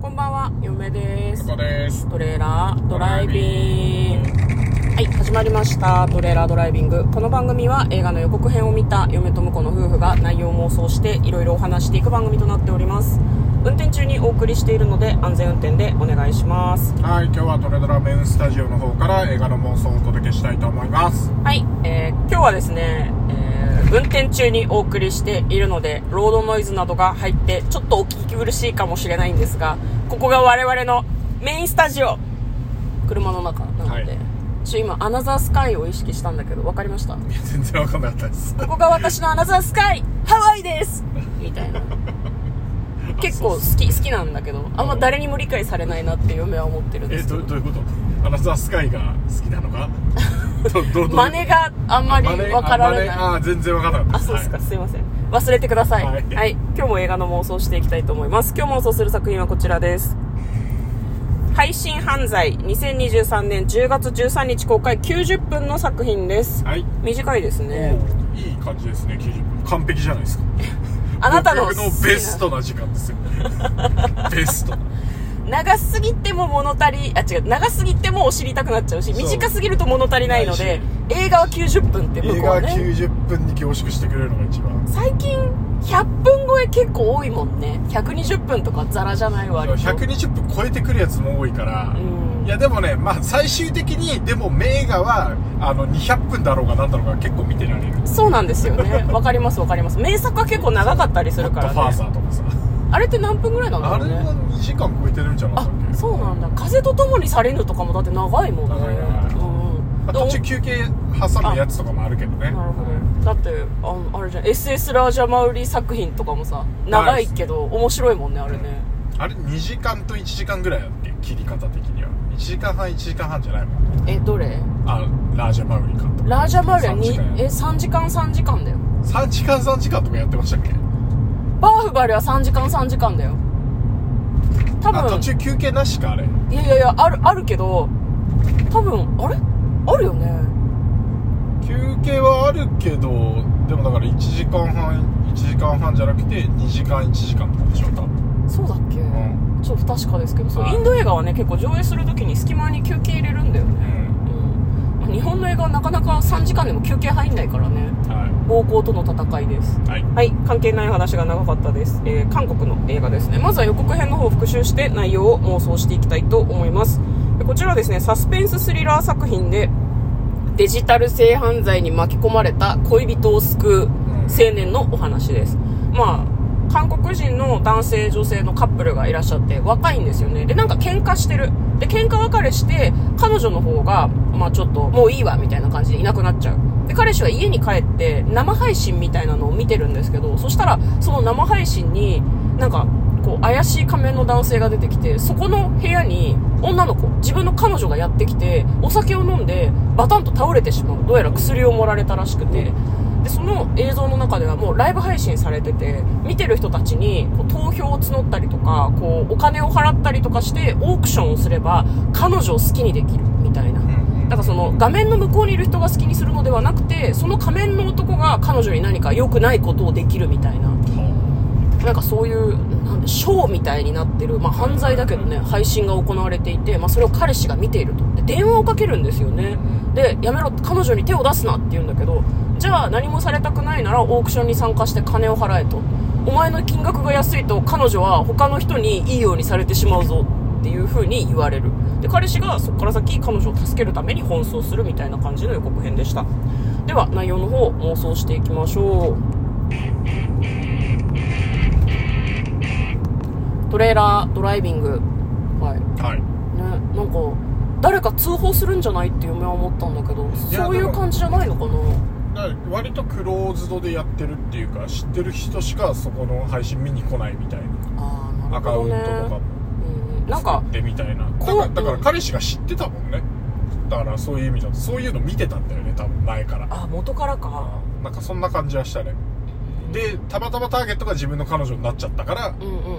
こんばんは、嫁です。 ここです。 トレーラードライビング。はい、始まりました。トレーラードライビング。この番組は映画の予告編を見た嫁と婿の夫婦が内容を妄想していろいろお話していく番組となっております。運転中にお送りしているので安全運転でお願いします。 はい、今日はトレドラメインスタジオの方から映画の妄想をお届けしたいと思います。 はい、今日はですね、運転中にお送りしているのでロードノイズなどが入ってちょっとお聞き苦しいかもしれないんですが、ここが我々のメインスタジオ、車の中なので、はい、今アナザースカイを意識したんだけど分かりました？ 全然分かんなかったです。 ここが私のアナザースカイハワイですみたいな結構好きなんだけど、あんま誰にも理解されないなって嫁は思ってるんですけど。 どういうこと？アナザースカイが好きなのか真似があんまり分かられない。 全然分からなかった。 そうですか、はい、すいません、忘れてください。 はい、 はい、今日も映画の妄想していきたいと思います。今日妄想する作品はこちらです。配信犯罪、2023年10月13日公開、90分の作品です。はい、短いですね。 いい感じですね。90分完璧じゃないですか。 あなたの僕のベストな時間ですよ。ベスト。 長すぎても物足り、長すぎてもお知りたくなっちゃうし、短すぎると物足りないので、映画は90分って向こうはね。 映画は90分に凝縮してくれるのが一番。 最近100分超え結構多いもんね。120分とかザラじゃない割と。 120分超えてくるやつも多いから。いやでもね、まあ最終的にでも名画は200分だろうがなんだろうが結構見てられる。 そうなんですよね。わかりますわかります。名作は結構長かったりするからね。 ファーザーとかさ。あれって何分ぐらいなんだろうね。 あれは2時間超えてるんじゃなかったっけ？ そうなんだ。風と共に去れぬとかもだって長いもんね。 途中休憩挟むやつとかもあるけどね。 なるほど。だってあれじゃん、 SS ラージャマウリ作品とかもさ、長いけど面白いもんねあれね。 あれ2時間と1時間ぐらいだっけ、切り方的には。1時間半1時間半じゃないもん。 どれ？ ラージャマウリ監督。 ラージャマウリは3時間3時間だよ。 3時間3時間とかやってましたっけ？ バーフバリは3時間3時間だよ多分。 途中休憩なしかあれ。 いやあるけど多分あるよね。 休憩はあるけど、でもだから1時間半じゃなくて2時間1時間とかでしょ多分。 そうだっけ？ちょっと不確かですけど、そうインド映画はね結構上映するときに隙間に休憩入れるんだよね。日本の映画はなかなか3時間でも休憩入んないからね。暴行との戦いです。はい、関係ない話が長かったです。韓国の映画ですね。まずは予告編の方を復習して内容を妄想していきたいと思います。こちらはですね、サスペンススリラー作品でデジタル性犯罪に巻き込まれた恋人を救う青年のお話です。韓国人の男性女性のカップルがいらっしゃって若いんですよね。でなんか喧嘩してる。で喧嘩別れして彼女の方がちょっともういいわみたいな感じでいなくなっちゃう。で彼氏は家に帰って生配信みたいなのを見てるんですけど、そしたらその生配信になんかこう怪しい仮面の男性が出てきて、そこの部屋に女の子、自分の彼女がやってきてお酒を飲んでバタンと倒れてしまう。どうやら薬を盛られたらしくて、でその映像の中ではもうライブ配信されてて、見てる人たちにこう投票を募ったりとかこうお金を払ったりとかしてオークションをすれば彼女を好きにできるみたいな。だからその画面の向こうにいる人が好きにするのではなくて、その仮面の男が彼女に何か良くないことをできるみたいな、なんかそういうショーみたいになってる、犯罪だけどね、配信が行われていて、それを彼氏が見ていると。で電話をかけるんですよね。でやめろ、彼女に手を出すなって言うんだけど、じゃあ何もされたくないならオークションに参加して金を払えと。お前の金額が安いと彼女は他の人にいいようにされてしまうぞっていう風に言われる。で彼氏がそこから先彼女を助けるために奔走するみたいな感じの予告編でした。では内容の方妄想していきましょう。トレーラードライビング。はいね、なんか誰か通報するんじゃないって嫁は思ったんだけど、そういう感じじゃないのかな。 割とクローズドでやってるっていうか、知ってる人しかそこの配信見に来ないみたいな。アカウントとかもなんか作ってみたいな。だから彼氏が知ってたもんね。だからそういう意味だとそういうの見てたんだよね多分前から。 元からか。 なんかそんな感じはしたね。でたまたまターゲットが自分の彼女になっちゃったから、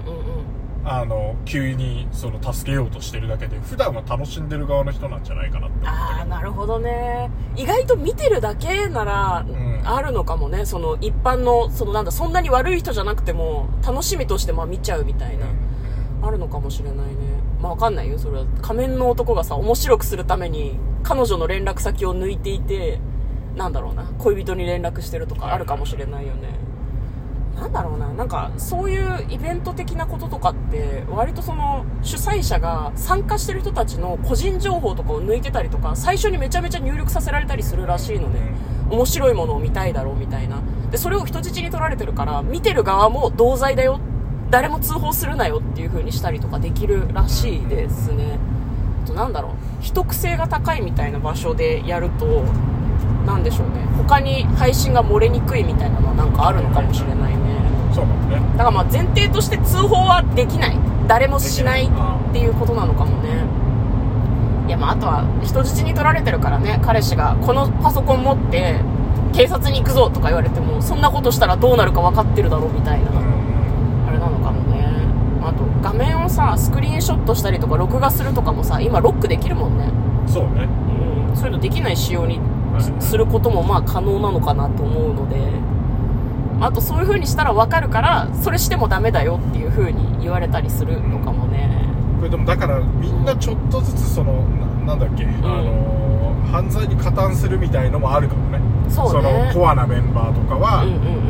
急にその助けようとしてるだけで、普段は楽しんでる側の人なんじゃないかなって思ったけど。 なるほどね。意外と見てるだけなら、あるのかもね。その一般のそんなに悪い人じゃなくても楽しみとして見ちゃうみたいな、あるのかかもしれないね。まあわかんないよ、それは。仮面の男がさ、面白くするために彼女の連絡先を抜いていて、なんだろうな、恋人に連絡してるとかあるかもしれないよね。なんだろうな、なんかそういうイベント的なこととかって割とその主催者が参加してる人たちの個人情報とかを抜いてたりとか、最初にめちゃめちゃ入力させられたりするらしいのね。面白いものを見たいだろうみたいな。でそれを人質に取られてるから、見てる側も同罪だよ、誰も通報するなよっていう風にしたりとかできるらしいですね。あとなんだろう、秘匿性が高いみたいな場所でやると、なんでしょうね、他に配信が漏れにくいみたいなのはなんかあるのかもしれないね。 そうだね。 だからまあ前提として通報はできない、誰もしないっていうことなのかもね。いやまああとは人質に取られてるからね、彼氏がこのパソコン持って警察に行くぞとか言われても、そんなことしたらどうなるか分かってるだろうみたいな、あれなのかもね。あと画面をさ、スクリーンショットしたりとか録画するとかもさ、今ロックできるもんね。 そうね、 そういうのできない仕様にすることもまあ可能なのかなと思うので、あとそういう風にしたら分かるから、それしてもダメだよっていう風に言われたりするのかもね。 これでもだからみんなちょっとずつそのなんだっけ、犯罪に加担するみたいのもあるかもね。 そうね、 そのコアなメンバーとかは、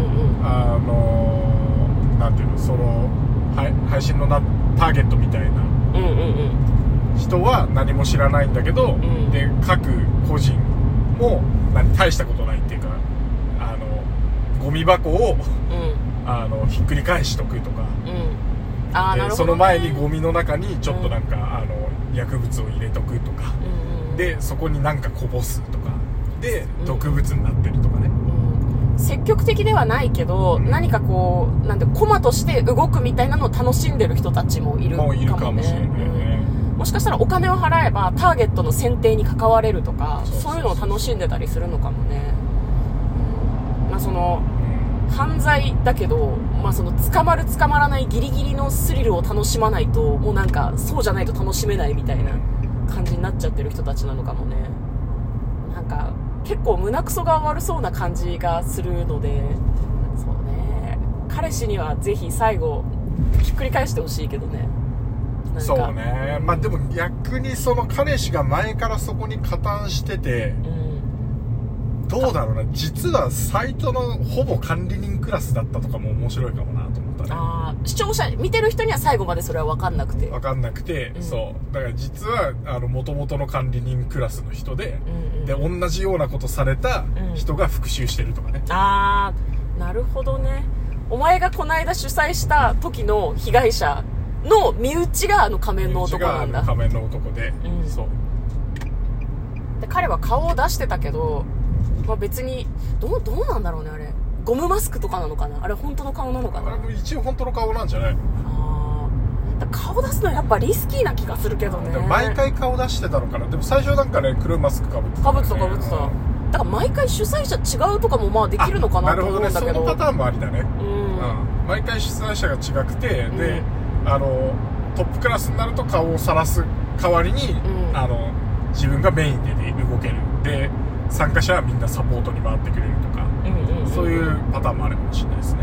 なんていうの、その配信のターゲットみたいな人は何も知らないんだけど、で各個人も大したことないっていうか、ゴミ箱を、ひっくり返しとくとか、 なるほどね、 その前にゴミの中にちょっとなんか、薬物を入れとくとか、でそこになんかこぼすとかで毒物になってるとかね、 積極的ではないけど、何かこうなんてコマとして動くみたいなのを楽しんでる人たちもいるかもね。 もしれないね。 もしかしたらお金を払えばターゲットの選定に関われるとか、そういうのを楽しんでたりするのかもね。まあその犯罪だけど、まあその捕まる捕まらないギリギリのスリルを楽しまないと、もうなんかそうじゃないと楽しめないみたいな感じになっちゃってる人たちなのかもね。なんか結構胸クソが悪そうな感じがするので、そうね、彼氏にはぜひ最後ひっくり返してほしいけどね。 そうね、まあでも逆にその彼氏が前からそこに加担してて、どうだろうな、実はサイトのほぼ管理人クラスだったとかも面白いかもなと思ったね。 視聴者見てる人には最後までそれは分かんなくて、 そうだから実は元々の管理人クラスの人で、で同じようなことされた人が復讐してるとかね。 なるほどね。お前がこの間主催した時の被害者の身内が仮面の男なんだ。 仮面の男で、そうで彼は顔を出してたけど、まあ、別にどうなんだろうね。あれゴムマスクとかなのかな、あれ本当の顔なのかな。 あれも一応本当の顔なんじゃないの。 顔出すのはやっぱリスキーな気がするけどね。 毎回顔出してたのかな。でも最初なんかね、黒いマスクかぶってた、ね、 だから毎回主催者違うとかもまあできるのかなと思うんだけど。 なるほどね、そのパターンもありだね。毎回主催者が違くて、でトップクラスになると顔を晒す代わりに、自分がメインで動ける。で参加者はみんなサポートに回ってくれるとか、そういうパターンもあるかもしれないですね。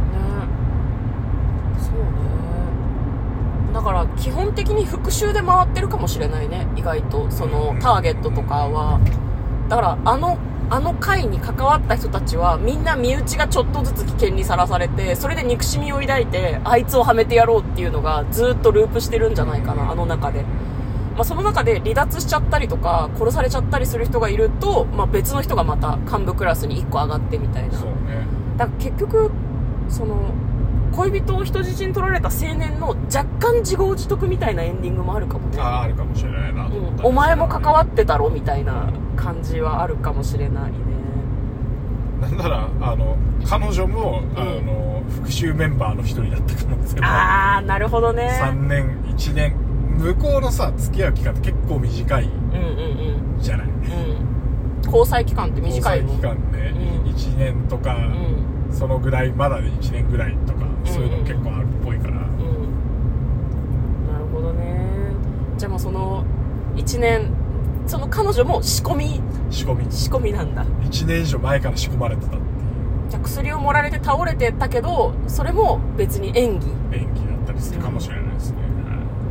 そうね。だから基本的に復讐で回ってるかもしれないね。意外とそのターゲットとかは、だからあの会に関わった人たちはみんな身内がちょっとずつ危険にさらされて、それで憎しみを抱いてあいつをはめてやろうっていうのがずっとループしてるんじゃないかな、あの中で。まあ、その中で離脱しちゃったりとか殺されちゃったりする人がいると、まあ、別の人がまた幹部クラスに1個上がってみたいな。 そうね。 だから結局その恋人を人質に取られた青年の若干自業自得みたいなエンディングもあるかもね。 あるかもしれないな、 お前も関わってたろみたいな感じはあるかもしれないね。 なんなら彼女も、復讐メンバーの一人だった可能性もなるほどね。 3年1年向こうのさ付き合う期間って結構短いじゃない、 交際期間って短いの。 交際期間ね、1年とか、そのぐらい、まだ1年ぐらいとか、そういうの結構あるっぽいから、なるほどね。じゃあもうその1年、その彼女も仕込みなんだ。 1年以上前から仕込まれてたっていう。 じゃあ薬を盛られて倒れてたけど、それも別に演技だったりするかもしれないですね。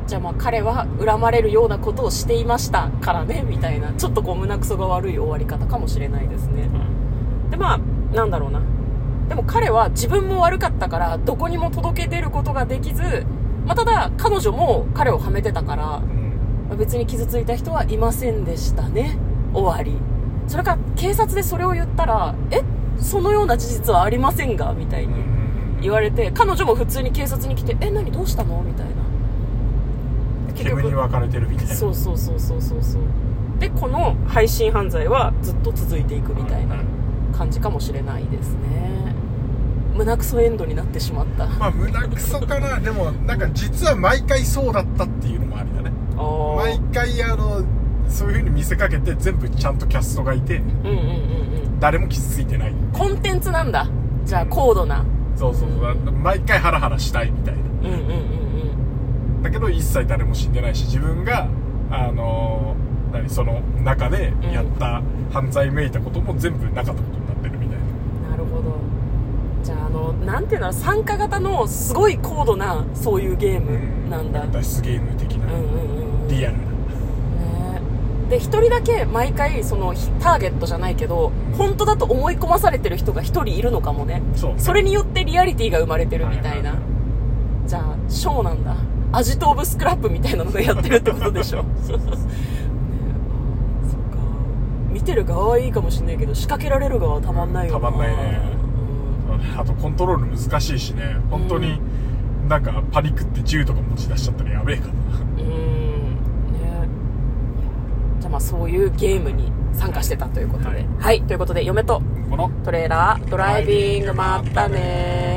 じゃあまあ彼は恨まれるようなことをしていましたからねみたいな、ちょっとこう胸くそが悪い終わり方かもしれないですね。でまあなんだろうな、でも彼は自分も悪かったからどこにも届け出ることができず、まあ、ただ彼女も彼をはめてたから、まあ、別に傷ついた人はいませんでしたね、終わり。それから警察でそれを言ったら、そのような事実はありませんがみたいに言われて、彼女も普通に警察に来て、何どうしたのみたいな、 煙に分かれてるみたいな。 そうでこの配信犯罪はずっと続いていくみたいな感じかもしれないですね。胸クソエンドになってしまった。 まあ胸クソかな。でもなんか実は毎回そうだったっていうのもありだね。毎回そういう風に見せかけて全部ちゃんとキャストがいて、誰も傷ついてない。 コンテンツなんだ。じゃあ高度な。 そう毎回ハラハラしたいみたいな。だけど一切誰も死んでないし、自分がその中でやった犯罪めいたことも全部なかったことになってるみたいな。 なるほど。じゃあなんていうの、参加型のすごい高度なそういうゲームなんだ。 脱出ゲーム的な、リアルな。 で一人だけ毎回そのターゲットじゃないけど、本当だと思い込まされてる人が一人いるのかもね。それによってリアリティが生まれてるみたいな。じゃあショーなんだ。アジトーブスクラップみたいなのがやってるってことでしょ。そっか。見てる側はいいかもしれないけど、仕掛けられる側はたまんないよな。 たまんないね。あとコントロール難しいしね。本当になんかパニックって銃とか持ち出しちゃったらやべえかな。 じゃあまあそういうゲームに参加してたということで、はい、ということで嫁とこのトレーラードライビング、まったねー。